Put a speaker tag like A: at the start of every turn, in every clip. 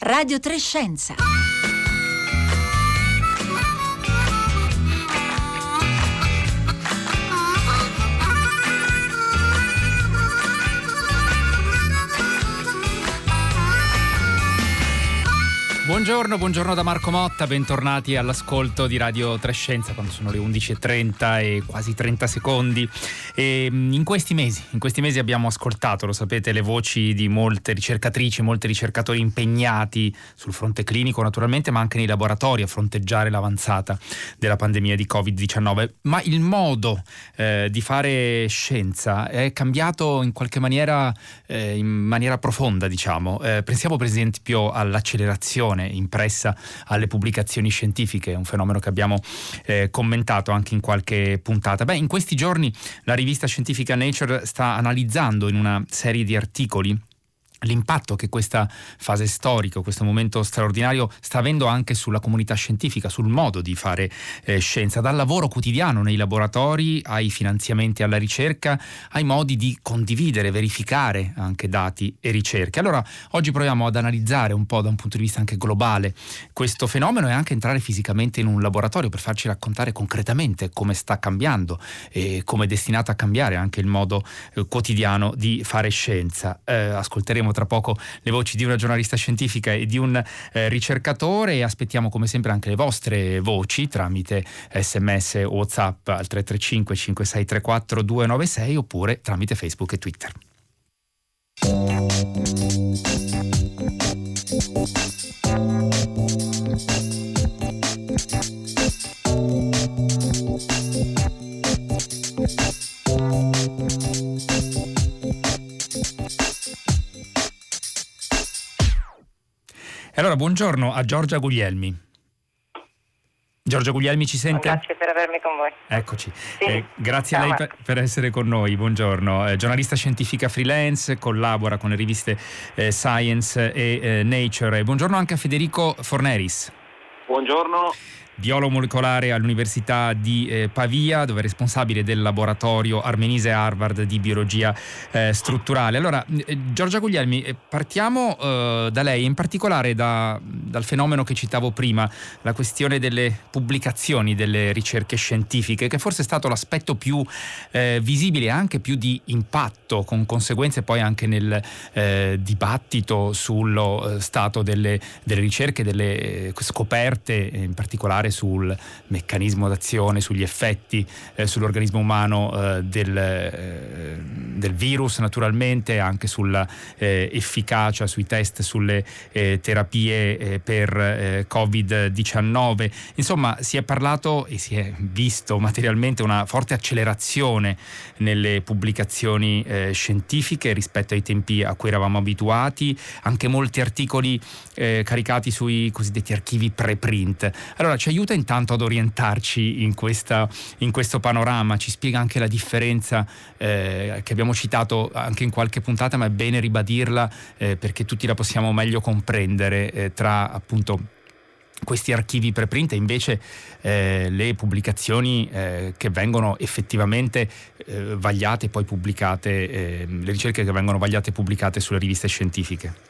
A: Radio 3 Scienza.
B: Buongiorno da Marco Motta, bentornati all'ascolto di Radio 3 Scienza quando sono le 11:30 e quasi 30 secondi. E in questi mesi abbiamo ascoltato, lo sapete, le voci di molte ricercatrici, molti ricercatori impegnati sul fronte clinico naturalmente, ma anche nei laboratori a fronteggiare l'avanzata della pandemia di Covid-19. Ma il modo di fare scienza è cambiato in qualche maniera, in maniera profonda, diciamo. Pensiamo per esempio all'accelerazione impressa alle pubblicazioni scientifiche, un fenomeno che abbiamo commentato anche in qualche puntata. In questi giorni la rivista scientifica Nature sta analizzando in una serie di articoli l'impatto che questa fase storica, questo momento straordinario sta avendo anche sulla comunità scientifica, sul modo di fare scienza, dal lavoro quotidiano nei laboratori ai finanziamenti alla ricerca, ai modi di condividere, verificare anche dati e ricerche. Allora oggi proviamo ad analizzare un po' da un punto di vista anche globale questo fenomeno e anche entrare fisicamente in un laboratorio per farci raccontare concretamente come sta cambiando e come è destinato a cambiare anche il modo quotidiano di fare scienza. Ascolteremo tra poco le voci di una giornalista scientifica e di un ricercatore e aspettiamo come sempre anche le vostre voci tramite SMS o WhatsApp al 335 5634 296 oppure tramite Facebook e Twitter. Allora, buongiorno a Giorgia Guglielmi. Giorgia Guglielmi, ci sente?
C: Grazie per avermi con voi.
B: Eccoci.
C: Sì.
B: Grazie a lei per essere con noi. Buongiorno. Giornalista scientifica freelance, collabora con le riviste Science e Nature. Buongiorno anche a Federico Forneris.
D: Buongiorno.
B: Biologo molecolare all'Università di Pavia, dove è responsabile del laboratorio Armenise Harvard di biologia strutturale. Allora, Giorgia Guglielmi, partiamo da lei, in particolare dal fenomeno che citavo prima, la questione delle pubblicazioni delle ricerche scientifiche, che forse è stato l'aspetto più visibile e anche più di impatto, con conseguenze poi anche nel dibattito sullo stato delle ricerche, delle scoperte, in particolare sul meccanismo d'azione, sugli effetti sull'organismo umano del virus, naturalmente anche sulla efficacia, sui test, sulle terapie per Covid-19. Insomma, si è parlato e si è visto materialmente una forte accelerazione nelle pubblicazioni scientifiche rispetto ai tempi a cui eravamo abituati, anche molti articoli caricati sui cosiddetti archivi preprint. Allora, ci aiuta intanto ad orientarci in questo panorama, ci spiega anche la differenza che abbiamo citato anche in qualche puntata, ma è bene ribadirla perché tutti la possiamo meglio comprendere tra appunto questi archivi preprint e invece le pubblicazioni che vengono effettivamente vagliate e poi pubblicate, le ricerche che vengono vagliate e pubblicate sulle riviste scientifiche.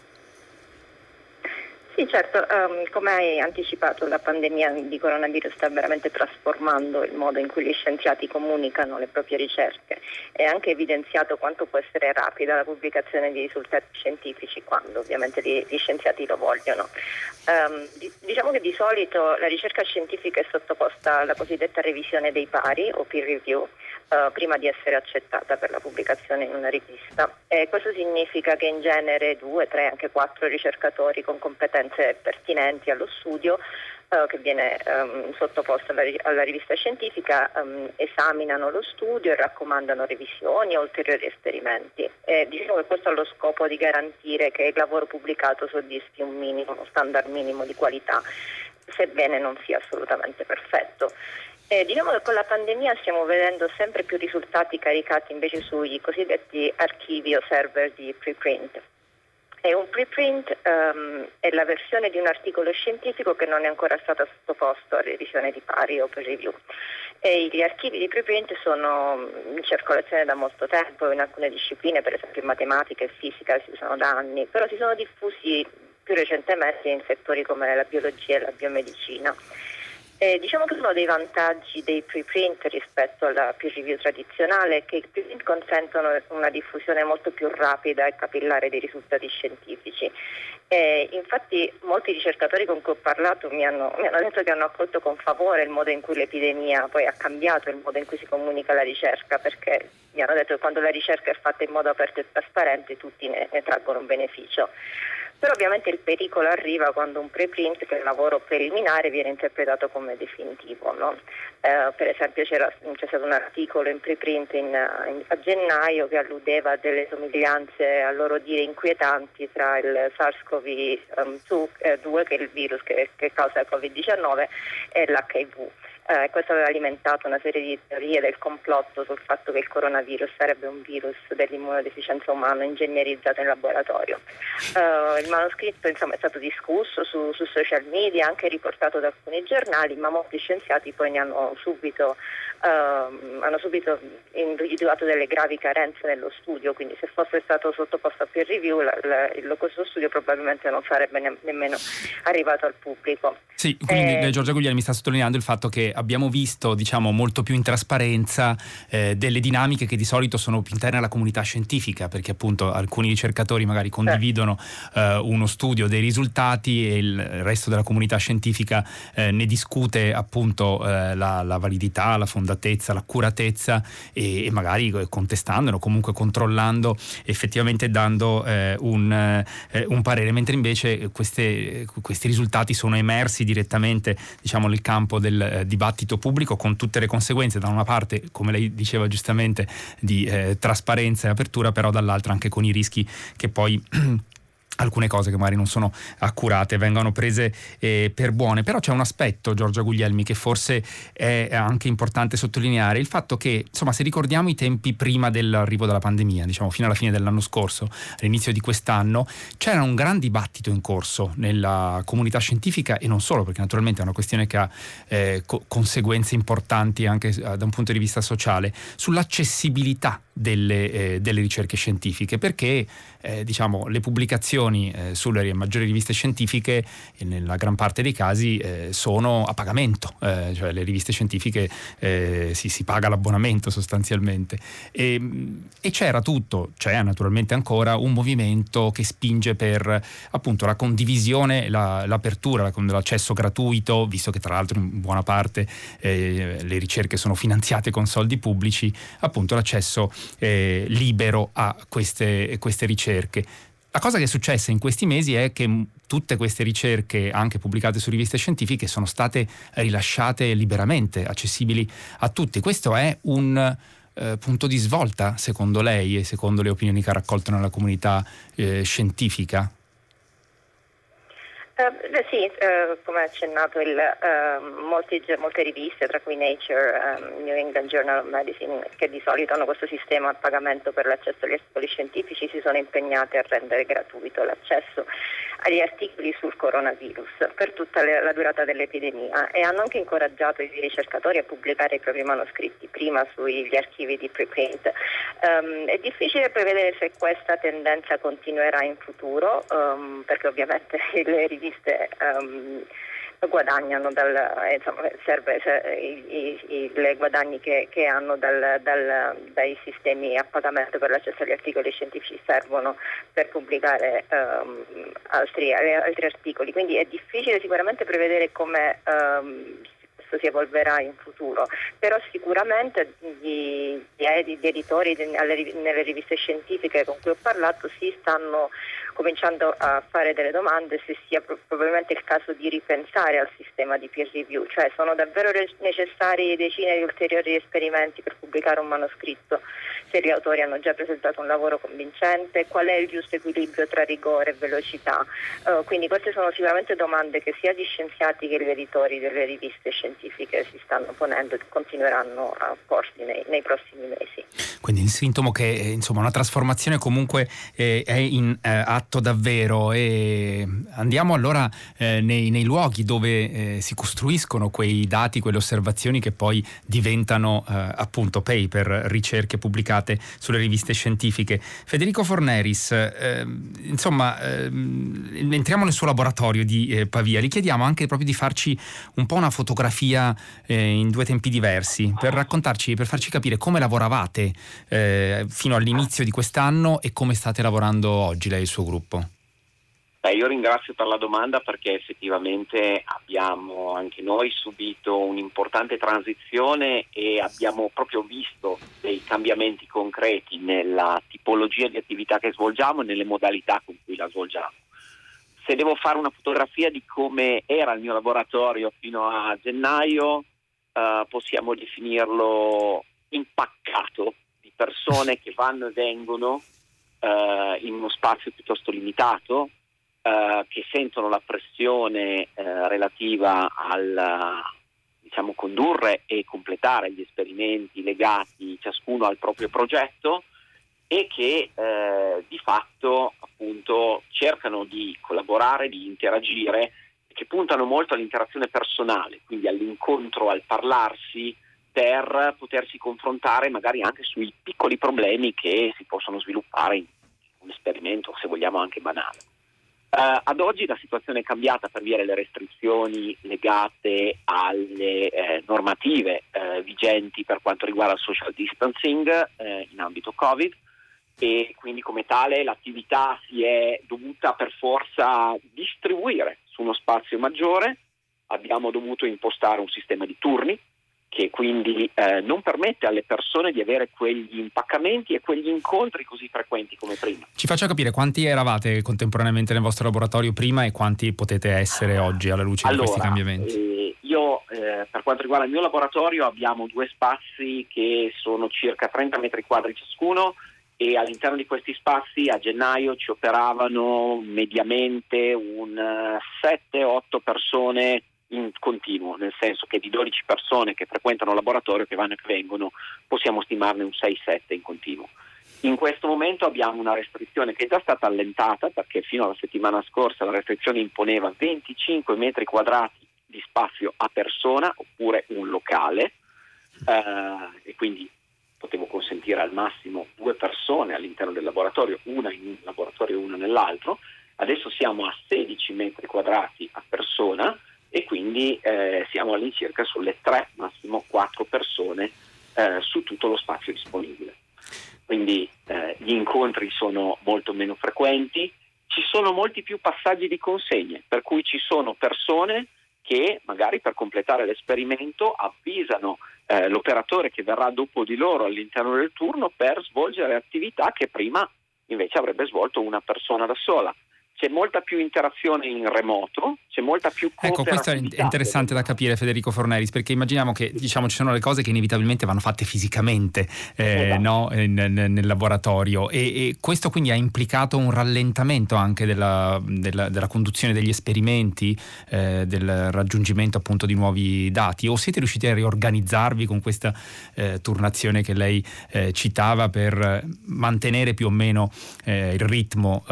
C: Sì, certo, come hai anticipato, la pandemia di coronavirus sta veramente trasformando il modo in cui gli scienziati comunicano le proprie ricerche e ha anche evidenziato quanto può essere rapida la pubblicazione di risultati scientifici quando ovviamente gli scienziati lo vogliono. Diciamo che di solito la ricerca scientifica è sottoposta alla cosiddetta revisione dei pari o peer review prima di essere accettata per la pubblicazione in una rivista. Questo significa che in genere 2, 3, anche 4 ricercatori con competenze pertinenti allo studio che viene sottoposto alla rivista scientifica esaminano lo studio e raccomandano revisioni e ulteriori esperimenti. Diciamo che questo ha lo scopo di garantire che il lavoro pubblicato soddisfi uno standard minimo di qualità, sebbene non sia assolutamente perfetto. Diciamo che con la pandemia stiamo vedendo sempre più risultati caricati invece sui cosiddetti archivi o server di preprint. E un preprint è la versione di un articolo scientifico che non è ancora stata sottoposto a revisione di pari o peer review. E gli archivi di preprint sono in circolazione da molto tempo, in alcune discipline, per esempio in matematica e fisica, si usano da anni, però si sono diffusi più recentemente in settori come la biologia e la biomedicina. Diciamo che uno dei vantaggi dei preprint rispetto alla peer review tradizionale è che i preprint consentono una diffusione molto più rapida e capillare dei risultati scientifici. Infatti molti ricercatori con cui ho parlato mi hanno detto che hanno accolto con favore il modo in cui l'epidemia poi ha cambiato il modo in cui si comunica la ricerca, perché mi hanno detto che quando la ricerca è fatta in modo aperto e trasparente tutti ne traggono un beneficio. Però ovviamente il pericolo arriva quando un preprint, che è un lavoro preliminare, viene interpretato come definitivo, no? Per esempio c'è stato un articolo in preprint a gennaio che alludeva a delle somiglianze, a loro dire, inquietanti tra il SARS-CoV-2, che è il virus che causa il Covid-19, e l'HIV. Questo aveva alimentato una serie di teorie del complotto sul fatto che il coronavirus sarebbe un virus dell'immunodeficienza umana ingegnerizzato in laboratorio. Il manoscritto insomma è stato discusso su social media, anche riportato da alcuni giornali, ma molti scienziati poi ne hanno subito individuato delle gravi carenze nello studio, quindi se fosse stato sottoposto a peer review questo studio probabilmente non sarebbe nemmeno arrivato al pubblico.
B: Sì, quindi Giorgia Guglielmi sta sottolineando il fatto che abbiamo visto, diciamo, molto più in trasparenza delle dinamiche che di solito sono più interne alla comunità scientifica, perché appunto alcuni ricercatori magari condividono uno studio dei risultati e il resto della comunità scientifica ne discute appunto la validità, la fondatezza, l'accuratezza e magari contestandolo, comunque controllando, effettivamente dando un parere, mentre invece questi risultati sono emersi direttamente, diciamo, nel campo del dibattito pubblico, con tutte le conseguenze, da una parte, come lei diceva giustamente, di trasparenza e apertura, però dall'altra anche con i rischi che poi alcune cose che magari non sono accurate vengono prese per buone. Però c'è un aspetto, Giorgia Guglielmi, che forse è anche importante sottolineare, il fatto che, insomma, se ricordiamo i tempi prima dell'arrivo della pandemia, diciamo fino alla fine dell'anno scorso, all'inizio di quest'anno, c'era un gran dibattito in corso nella comunità scientifica, e non solo, perché naturalmente è una questione che ha conseguenze importanti anche da un punto di vista sociale, sull'accessibilità delle ricerche scientifiche, perché diciamo le pubblicazioni sulle maggiori riviste scientifiche nella gran parte dei casi sono a pagamento, cioè le riviste scientifiche si paga l'abbonamento sostanzialmente, e c'è naturalmente ancora un movimento che spinge per appunto la condivisione, l'apertura, l'accesso gratuito, visto che tra l'altro in buona parte le ricerche sono finanziate con soldi pubblici, appunto l'accesso libero a queste ricerche. La cosa che è successa in questi mesi è che tutte queste ricerche, anche pubblicate su riviste scientifiche, sono state rilasciate liberamente, accessibili a tutti. Questo è un punto di svolta, secondo lei e secondo le opinioni che ha raccolto nella comunità scientifica?
C: Sì, come accennato, molte riviste, tra cui Nature, New England Journal of Medicine, che di solito hanno questo sistema a pagamento per l'accesso agli articoli scientifici, si sono impegnate a rendere gratuito l'accesso agli articoli sul coronavirus per tutta la durata dell'epidemia, e hanno anche incoraggiato i ricercatori a pubblicare i propri manoscritti prima sugli archivi di preprint. È difficile prevedere se questa tendenza continuerà in futuro, perché ovviamente le riviste guadagnano i guadagni che hanno dai sistemi a pagamento per l'accesso agli articoli scientifici servono per pubblicare altri articoli, quindi è difficile sicuramente prevedere come questo si evolverà in futuro, però sicuramente gli editori nelle riviste scientifiche con cui ho parlato si stanno cominciando a fare delle domande se sia probabilmente il caso di ripensare al sistema di peer review, cioè sono davvero necessari decine di ulteriori esperimenti per pubblicare un manoscritto, se gli autori hanno già presentato un lavoro convincente, qual è il giusto equilibrio tra rigore e velocità. Quindi queste sono sicuramente domande che sia gli scienziati che gli editori delle riviste scientifiche si stanno ponendo e continueranno a porsi nei prossimi mesi.
B: Quindi il sintomo che insomma una trasformazione comunque è in atto impatto davvero, e andiamo allora nei luoghi dove si costruiscono quei dati, quelle osservazioni che poi diventano appunto paper, ricerche pubblicate sulle riviste scientifiche. Federico Forneris, entriamo nel suo laboratorio di Pavia. Gli chiediamo anche proprio di farci un po' una fotografia in due tempi diversi, per raccontarci, per farci capire come lavoravate fino all'inizio di quest'anno e come state lavorando oggi lei e il suo gruppo.
A: Io ringrazio per la domanda, perché effettivamente abbiamo anche noi subito un'importante transizione e abbiamo proprio visto dei cambiamenti concreti nella tipologia di attività che svolgiamo e nelle modalità con cui la svolgiamo. Se devo fare una fotografia di come era il mio laboratorio fino a gennaio, possiamo definirlo impaccato di persone che vanno e vengono in uno spazio piuttosto limitato, che sentono la pressione relativa al condurre e completare gli esperimenti legati ciascuno al proprio progetto, e che di fatto appunto cercano di collaborare, di interagire, che puntano molto all'interazione personale, quindi all'incontro, al parlarsi, per potersi confrontare magari anche sui piccoli problemi che si possono sviluppare in un esperimento, se vogliamo anche banale. Ad oggi la situazione è cambiata per via delle restrizioni legate alle normative vigenti per quanto riguarda il social distancing in ambito Covid, e quindi come tale l'attività si è dovuta per forza distribuire su uno spazio maggiore. Abbiamo dovuto impostare un sistema di turni che quindi non permette alle persone di avere quegli impaccamenti e quegli incontri così frequenti come prima.
B: Ci faccia capire quanti eravate contemporaneamente nel vostro laboratorio prima e quanti potete essere oggi alla luce di questi cambiamenti.
A: Io per quanto riguarda il mio laboratorio abbiamo due spazi che sono circa 30 metri quadri ciascuno, e all'interno di questi spazi a gennaio ci operavano mediamente un 7-8 persone in continuo, nel senso che di 12 persone che frequentano il laboratorio, che vanno e che vengono, possiamo stimarne un 6-7 in continuo. In questo momento abbiamo una restrizione che è già stata allentata, perché fino alla settimana scorsa la restrizione imponeva 25 metri quadrati di spazio a persona, oppure un locale, e quindi potevo consentire al massimo 2 persone all'interno del laboratorio, una in un laboratorio e una nell'altro. Adesso siamo a 16 metri quadrati a persona, e quindi siamo all'incirca sulle 3, massimo 4 persone su tutto lo spazio disponibile. Quindi gli incontri sono molto meno frequenti, ci sono molti più passaggi di consegne, per cui ci sono persone che magari per completare l'esperimento avvisano l'operatore che verrà dopo di loro all'interno del turno per svolgere attività che prima invece avrebbe svolto una persona da sola. C'è molta più interazione in remoto, c'è molta più cooperatività.
B: Ecco, questo è interessante da capire, Federico Forneris, perché immaginiamo che ci sono le cose che inevitabilmente vanno fatte fisicamente no? nel laboratorio, e questo quindi ha implicato un rallentamento anche della conduzione degli esperimenti, del raggiungimento appunto di nuovi dati, o siete riusciti a riorganizzarvi con questa turnazione che lei citava per mantenere più o meno il ritmo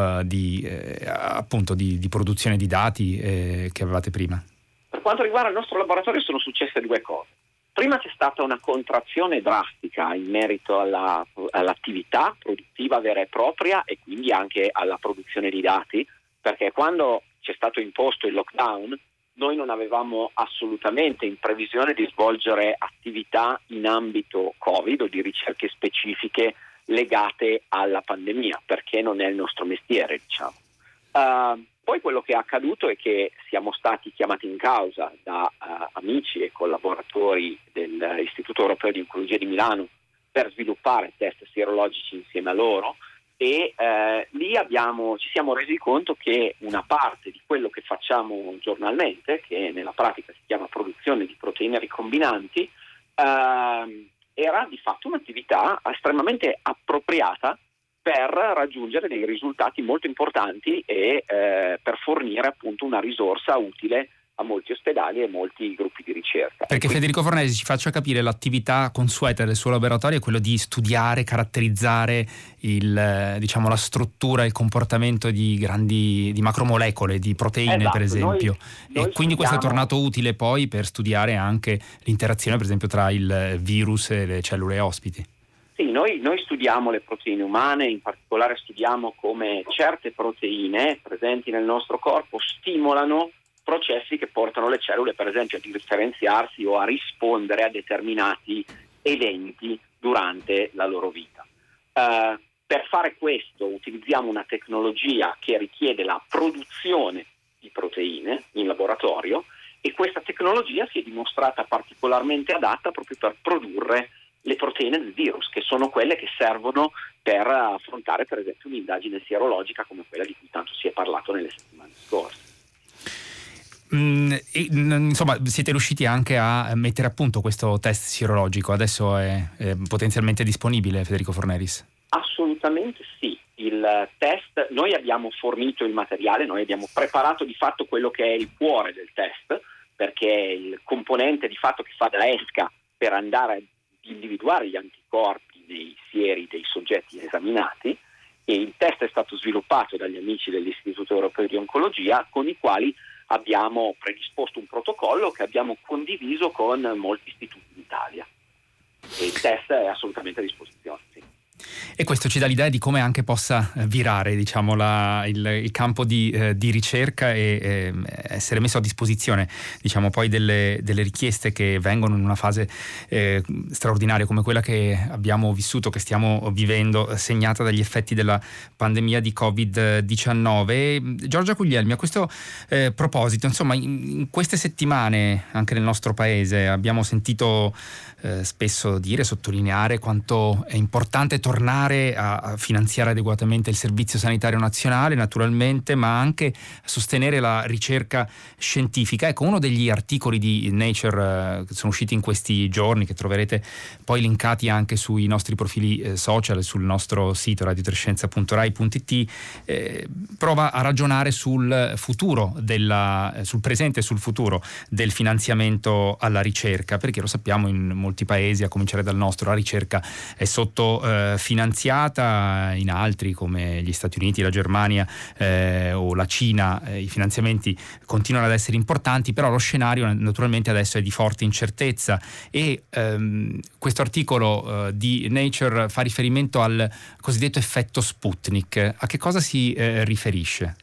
B: di produzizione di dati che avevate prima?
A: Per quanto riguarda il nostro laboratorio sono successe 2 cose. Prima c'è stata una contrazione drastica in merito all'attività produttiva vera e propria, e quindi anche alla produzione di dati, perché quando c'è stato imposto il lockdown noi non avevamo assolutamente in previsione di svolgere attività in ambito Covid o di ricerche specifiche legate alla pandemia, perché non è il nostro mestiere, diciamo. Poi quello che è accaduto è che siamo stati chiamati in causa da amici e collaboratori dell'Istituto Europeo di Oncologia di Milano per sviluppare test sierologici insieme a loro, e lì ci siamo resi conto che una parte di quello che facciamo giornalmente, che nella pratica si chiama produzione di proteine ricombinanti, era di fatto un'attività estremamente appropriata per raggiungere dei risultati molto importanti e per fornire appunto una risorsa utile a molti ospedali e molti gruppi di ricerca.
B: Perché Federico Fornesi, ci faccia capire, l'attività consueta del suo laboratorio è quello di studiare, caratterizzare la struttura e il comportamento di macromolecole, di proteine,
A: esatto,
B: per esempio.
A: Noi
B: e quindi questo è tornato utile poi per studiare anche l'interazione, per esempio, tra il virus e le cellule ospiti.
A: Sì, noi studiamo le proteine umane, in particolare studiamo come certe proteine presenti nel nostro corpo stimolano processi che portano le cellule, per esempio, a differenziarsi o a rispondere a determinati eventi durante la loro vita. Per fare questo utilizziamo una tecnologia che richiede la produzione di proteine in laboratorio, e questa tecnologia si è dimostrata particolarmente adatta proprio per produrre le proteine del virus, che sono quelle che servono per affrontare, per esempio, un'indagine sierologica come quella di cui tanto si è parlato nelle settimane scorse.
B: Insomma, siete riusciti anche a mettere a punto questo test sierologico, adesso è potenzialmente disponibile, Federico Forneris?
A: Assolutamente sì, il test, noi abbiamo fornito il materiale, noi abbiamo preparato di fatto quello che è il cuore del test, perché è il componente di fatto che fa da esca per andare a individuare gli anticorpi nei sieri dei soggetti esaminati, e il test è stato sviluppato dagli amici dell'Istituto Europeo di Oncologia, con i quali abbiamo predisposto un protocollo che abbiamo condiviso con molti istituti d'Italia, e il test è assolutamente a disposizione. Sì.
B: E questo ci dà l'idea di come anche possa virare, diciamo, il campo di ricerca e essere messo a disposizione, diciamo, poi delle richieste che vengono in una fase straordinaria come quella che abbiamo vissuto, che stiamo vivendo, segnata dagli effetti della pandemia di Covid-19. Giorgia Guglielmi, a questo proposito, insomma, in queste settimane anche nel nostro paese abbiamo sentito spesso sottolineare quanto è importante tornare a finanziare adeguatamente il Servizio Sanitario Nazionale, naturalmente, ma anche a sostenere la ricerca scientifica. Ecco, uno degli articoli di Nature che sono usciti in questi giorni, che troverete poi linkati anche sui nostri profili social e sul nostro sito radiotrescienza.rai.it, prova a ragionare sul futuro sul presente e sul futuro del finanziamento alla ricerca, perché lo sappiamo, in molti paesi, a cominciare dal nostro, la ricerca è sottofinanziata, in altri come gli Stati Uniti, la Germania o la Cina i finanziamenti continuano ad essere importanti, però lo scenario naturalmente adesso è di forte incertezza, e questo articolo di Nature fa riferimento al cosiddetto effetto Sputnik. A che cosa si riferisce?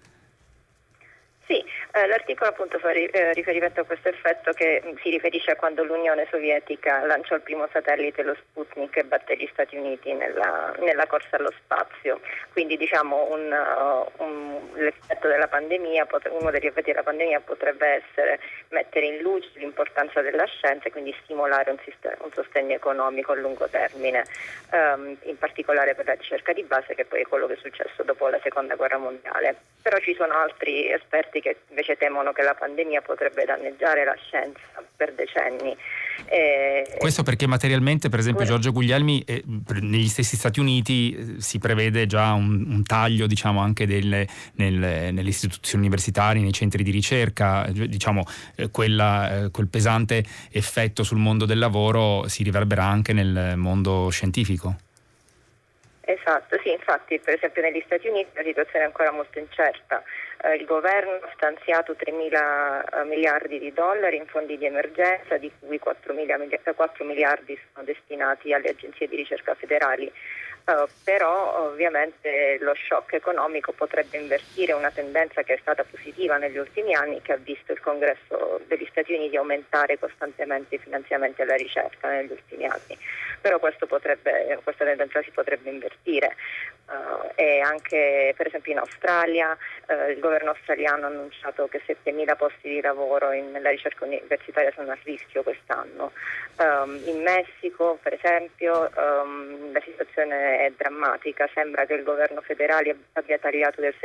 C: L'articolo appunto fa riferimento a questo effetto, che si riferisce a quando l'Unione Sovietica lanciò il primo satellite, lo Sputnik, e batté gli Stati Uniti nella corsa allo spazio. Quindi diciamo l'effetto della pandemia, uno degli effetti della pandemia potrebbe essere mettere in luce l'importanza della scienza e quindi stimolare un sostegno economico a lungo termine, in particolare per la ricerca di base, che poi è quello che è successo dopo la Seconda Guerra Mondiale. Però ci sono altri esperti che invece temono che la pandemia potrebbe danneggiare la scienza per decenni.
B: Questo perché materialmente, per esempio, Giorgio Guglielmi, negli stessi Stati Uniti si prevede già un taglio, diciamo, anche nelle istituzioni universitarie, nei centri di ricerca, diciamo, quel pesante effetto sul mondo del lavoro si riverbera anche nel mondo scientifico.
C: Esatto, sì, infatti per esempio negli Stati Uniti la situazione è ancora molto incerta. Il governo ha stanziato 3.000 miliardi di dollari in fondi di emergenza, di cui 4 miliardi sono destinati alle agenzie di ricerca federali. Però ovviamente lo shock economico potrebbe invertire una tendenza che è stata positiva negli ultimi anni, che ha visto il Congresso degli Stati Uniti aumentare costantemente i finanziamenti alla ricerca negli ultimi anni. Però questa tendenza si potrebbe invertire, e anche per esempio in Australia il governo australiano ha annunciato che 7.000 posti di lavoro nella ricerca universitaria sono a rischio quest'anno. In Messico per esempio la situazione situazione è drammatica. Sembra che il governo federale abbia tagliato del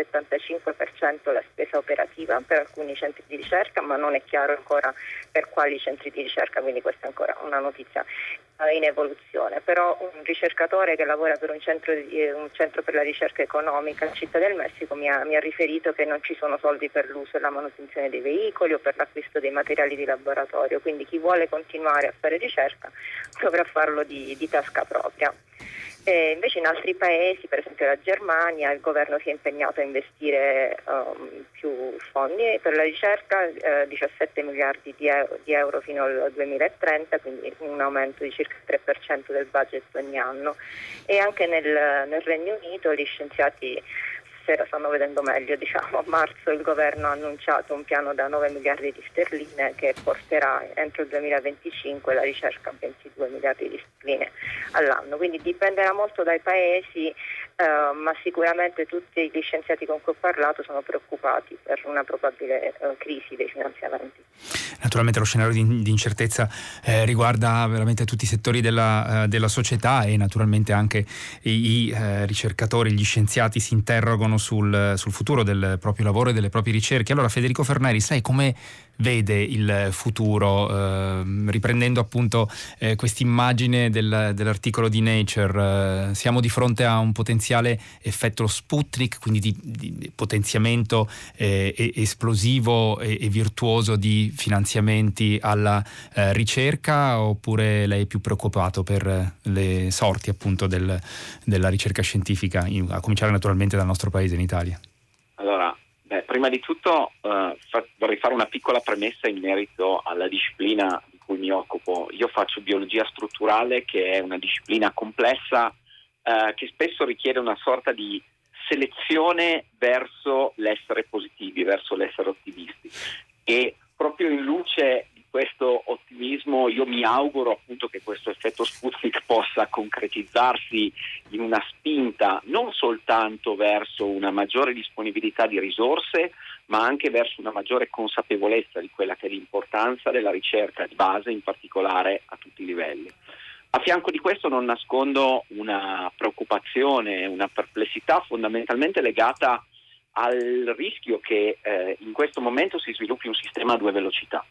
C: 75% la spesa operativa per alcuni centri di ricerca, ma non è chiaro ancora per quali centri di ricerca, quindi questa è ancora una notizia in evoluzione. Però un ricercatore che lavora per un centro per la ricerca economica in Città del Messico mi ha riferito che non ci sono soldi per l'uso e la manutenzione dei veicoli o per l'acquisto dei materiali di laboratorio, quindi chi vuole continuare a fare ricerca dovrà farlo di tasca propria. Invece in altri paesi, per esempio la Germania, il governo si è impegnato a investire più fondi per la ricerca, 17 miliardi di euro fino al 2030, quindi un aumento di circa il 3% del budget ogni anno. E anche nel Regno Unito gli scienziati se la stanno vedendo meglio. A marzo il governo ha annunciato un piano da 9 miliardi di sterline che porterà entro il 2025 la ricerca a 22 miliardi di sterline all'anno, quindi dipenderà molto dai paesi, ma sicuramente tutti gli scienziati con cui ho parlato sono preoccupati per una probabile crisi dei finanziamenti.
B: Naturalmente lo scenario di incertezza riguarda veramente tutti i settori della società, e naturalmente anche i ricercatori, gli scienziati si interrogano sul futuro del proprio lavoro e delle proprie ricerche. Allora Federico Forneri, sai come vede il futuro, riprendendo appunto quest'immagine dell'articolo di Nature? Siamo di fronte a un potenziale effetto Sputnik, quindi di potenziamento esplosivo e virtuoso di finanziamenti alla ricerca, oppure lei è più preoccupato per le sorti appunto della ricerca scientifica, a cominciare naturalmente dal nostro paese, in Italia?
A: Allora, prima di tutto vorrei fare una piccola premessa in merito alla disciplina di cui mi occupo. Io faccio biologia strutturale, che è una disciplina complessa che spesso richiede una sorta di selezione verso l'essere positivi, verso l'essere ottimisti, e proprio in luce di questo ottimismo io mi auguro appunto che questo effetto Sputnik possa concretizzarsi in una spinta non soltanto verso una maggiore disponibilità di risorse, ma anche verso una maggiore consapevolezza di quella che è l'importanza della ricerca di base, in particolare a tutti i livelli. A fianco di questo non nascondo una preoccupazione, una perplessità fondamentalmente legata al rischio che in questo momento si sviluppi un sistema a due velocità.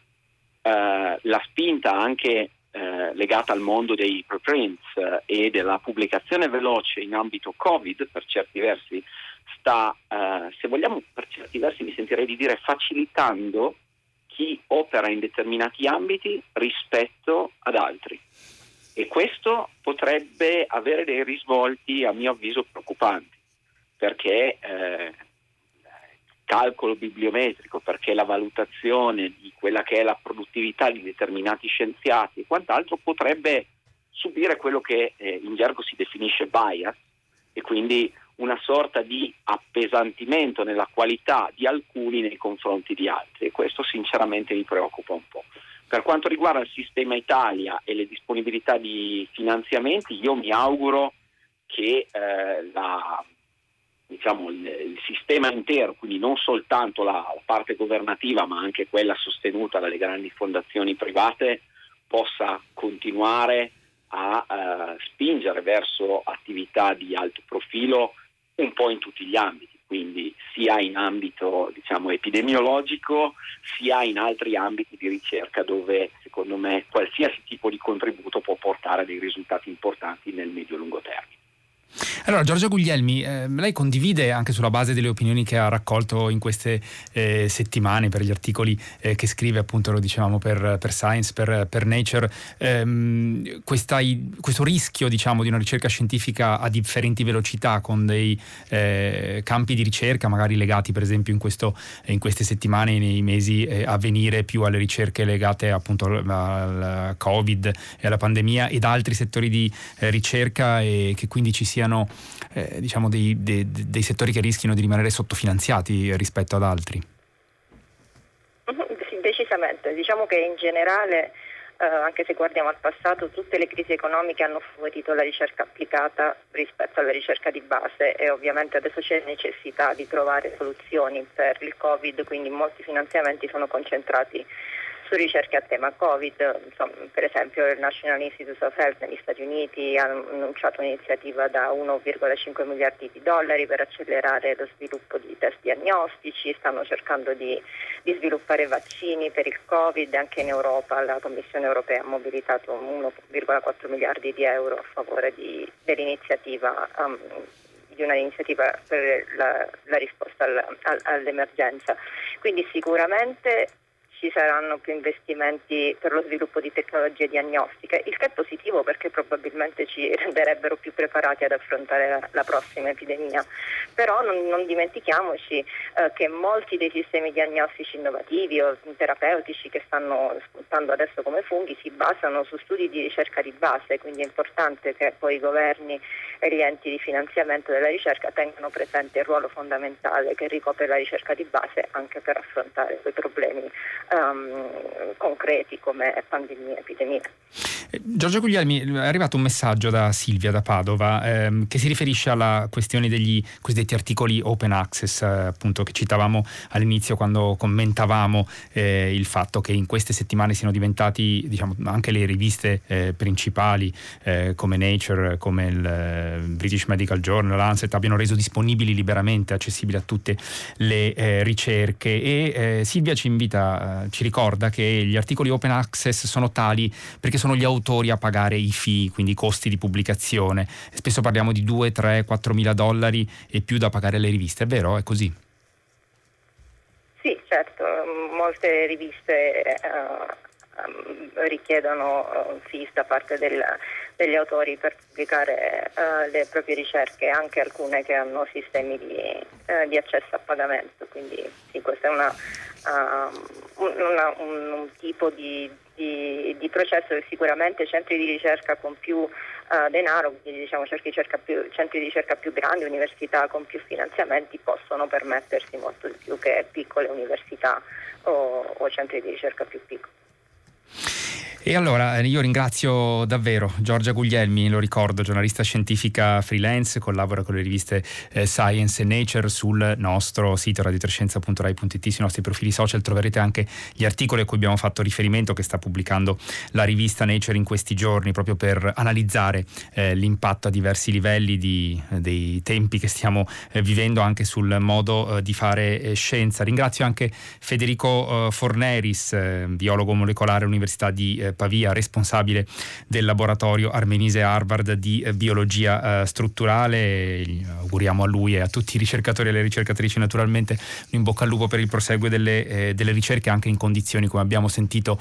A: La spinta anche legata al mondo dei preprints e della pubblicazione veloce in ambito Covid, per certi versi, sta, se vogliamo, per certi versi mi sentirei di dire, facilitando chi opera in determinati ambiti rispetto ad altri. E questo potrebbe avere dei risvolti, a mio avviso, preoccupanti, perché calcolo bibliometrico, perché la valutazione di quella che è la produttività di determinati scienziati e quant'altro potrebbe subire quello che in gergo si definisce bias, e quindi una sorta di appesantimento nella qualità di alcuni nei confronti di altri, e questo sinceramente mi preoccupa un po'. Per quanto riguarda il sistema Italia e le disponibilità di finanziamenti, io mi auguro che il sistema intero, quindi non soltanto la parte governativa ma anche quella sostenuta dalle grandi fondazioni private, possa continuare a spingere verso attività di alto profilo un po' in tutti gli ambiti, quindi sia in ambito epidemiologico sia in altri ambiti di ricerca dove secondo me qualsiasi tipo di contributo può portare a dei risultati importanti nel medio-lungo termine.
B: Allora, Giorgia Guglielmi, lei condivide, anche sulla base delle opinioni che ha raccolto in queste settimane per gli articoli che scrive, appunto lo dicevamo per Science, per Nature, questo rischio di una ricerca scientifica a differenti velocità, con dei campi di ricerca magari legati per esempio in queste settimane, nei mesi a venire, più alle ricerche legate appunto al Covid e alla pandemia, ed altri settori di ricerca, e che quindi ci siano dei settori che rischiano di rimanere sottofinanziati rispetto ad altri?
C: Sì, decisamente. Diciamo che in generale, anche se guardiamo al passato, tutte le crisi economiche hanno favorito la ricerca applicata rispetto alla ricerca di base, e ovviamente adesso c'è necessità di trovare soluzioni per il Covid, quindi molti finanziamenti sono concentrati su ricerche a tema Covid. Insomma, per esempio il National Institute of Health negli Stati Uniti ha annunciato un'iniziativa da 1,5 miliardi di dollari per accelerare lo sviluppo di test diagnostici, stanno cercando di sviluppare vaccini per il Covid. Anche in Europa la Commissione europea ha mobilitato 1,4 miliardi di euro a favore dell'iniziativa di una iniziativa per la risposta all'emergenza. Quindi sicuramente ci saranno più investimenti per lo sviluppo di tecnologie diagnostiche, il che è positivo perché probabilmente ci renderebbero più preparati ad affrontare la prossima epidemia. Però non dimentichiamoci che molti dei sistemi diagnostici innovativi o terapeutici che stanno spuntando adesso come funghi si basano su studi di ricerca di base, quindi è importante che poi i governi e gli enti di finanziamento della ricerca tengano presente il ruolo fondamentale che ricopre la ricerca di base anche per affrontare quei problemi concreti come pandemia, epidemia.
B: Giorgia Guglielmi, è arrivato un messaggio da Silvia da Padova che si riferisce alla questione degli cosiddetti articoli open access, appunto, che citavamo all'inizio quando commentavamo il fatto che in queste settimane siano diventati, diciamo, anche le riviste principali come Nature, come il British Medical Journal, Lancet, abbiano reso disponibili liberamente, accessibili a tutte le ricerche. E Silvia ci ricorda che gli articoli open access sono tali perché sono gli autori a pagare i fee, quindi i costi di pubblicazione. Spesso parliamo di 2, 3, 4 mila dollari e più da pagare alle riviste, è vero? È così?
C: Sì, certo, molte riviste richiedono fees da parte degli autori per pubblicare le proprie ricerche, anche alcune che hanno sistemi di accesso a pagamento, quindi sì, questo è un tipo di processo che sicuramente centri di ricerca con più denaro, quindi diciamo centri di ricerca più grandi, università con più finanziamenti possono permettersi molto di più che piccole università o centri di ricerca più piccoli.
B: E allora io ringrazio davvero Giorgia Guglielmi, lo ricordo, giornalista scientifica freelance, collabora con le riviste Science e Nature. Sul nostro sito radiotrescienza.rai.it, sui nostri profili social troverete anche gli articoli a cui abbiamo fatto riferimento, che sta pubblicando la rivista Nature in questi giorni, proprio per analizzare l'impatto a diversi livelli dei tempi che stiamo vivendo anche sul modo di fare scienza. Ringrazio anche Federico Forneris, biologo molecolare all'Università di Pavia, responsabile del laboratorio Armenise Harvard di biologia strutturale. Auguriamo a lui e a tutti i ricercatori e le ricercatrici naturalmente un in bocca al lupo per il proseguo delle ricerche, anche in condizioni, come abbiamo sentito,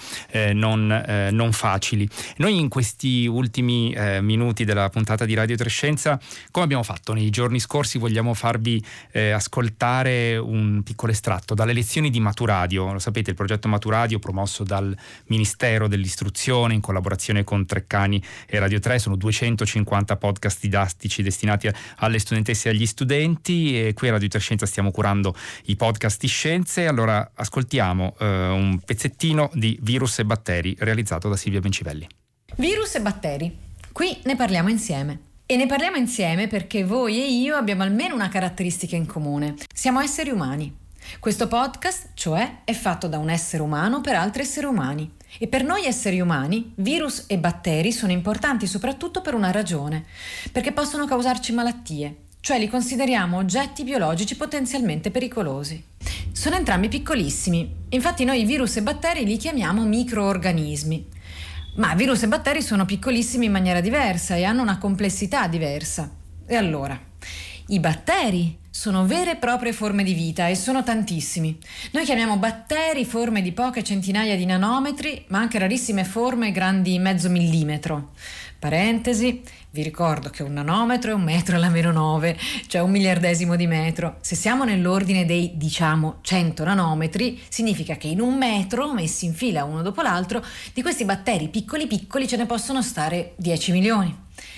B: non facili. Noi in questi ultimi minuti della puntata di Radio Trescenza, come abbiamo fatto nei giorni scorsi, vogliamo farvi ascoltare un piccolo estratto dalle lezioni di Maturadio. Lo sapete, il progetto Maturadio, promosso dal Ministero dell'Istruzione in collaborazione con Treccani e Radio 3, sono 250 podcast didattici destinati alle studentesse e agli studenti, e qui a Radio Trescenza stiamo curando i podcast di scienze. Allora ascoltiamo un pezzettino di Virus e batteri realizzato da Silvia Bencivelli.
D: Virus e batteri, qui ne parliamo insieme. E ne parliamo insieme perché voi e io abbiamo almeno una caratteristica in comune: siamo esseri umani. Questo podcast, cioè, è fatto da un essere umano per altri esseri umani. E per noi esseri umani, virus e batteri sono importanti soprattutto per una ragione: perché possono causarci malattie, cioè li consideriamo oggetti biologici potenzialmente pericolosi. Sono entrambi piccolissimi, infatti noi virus e batteri li chiamiamo microorganismi. Ma virus e batteri sono piccolissimi in maniera diversa e hanno una complessità diversa. E allora, i batteri sono vere e proprie forme di vita e sono tantissimi. Noi chiamiamo batteri forme di poche centinaia di nanometri, ma anche rarissime forme grandi mezzo millimetro. Parentesi, vi ricordo che un nanometro è 1 metro alla meno 9, cioè 1/1000 di metro. Se siamo nell'ordine dei, diciamo, 100 nanometri, significa che in 1 metro, messi in fila uno dopo l'altro, di questi batteri piccoli piccoli ce ne possono stare 10 milioni.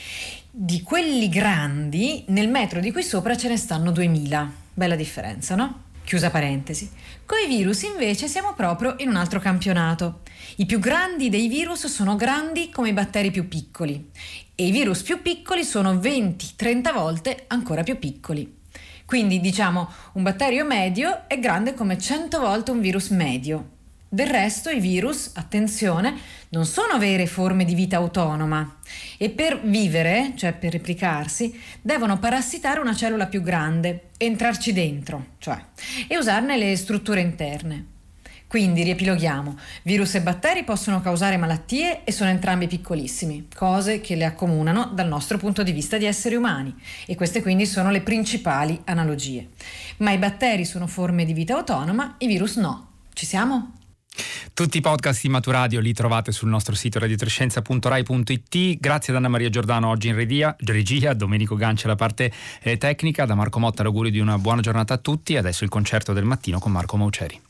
D: Di quelli grandi, nel metro di qui sopra ce ne stanno 2000. Bella differenza, no? Chiusa parentesi. Coi virus invece siamo proprio in un altro campionato. I più grandi dei virus sono grandi come i batteri più piccoli e i virus più piccoli sono 20-30 volte ancora più piccoli. Quindi diciamo un batterio medio è grande come 100 volte un virus medio. Del resto i virus, attenzione, non sono vere forme di vita autonoma e per vivere, cioè per replicarsi, devono parassitare una cellula più grande, entrarci dentro, cioè, e usarne le strutture interne. Quindi riepiloghiamo, virus e batteri possono causare malattie e sono entrambi piccolissimi, cose che le accomunano dal nostro punto di vista di esseri umani, e queste quindi sono le principali analogie. Ma i batteri sono forme di vita autonoma, i virus no. Ci siamo?
B: Tutti i podcast di Maturadio li trovate sul nostro sito radiotrescienza.rai.it. Grazie ad Anna Maria Giordano oggi in regia, Domenico Gancia la parte tecnica, da Marco Motta l'augurio di una buona giornata a tutti. Adesso il concerto del mattino con Marco Mauceri.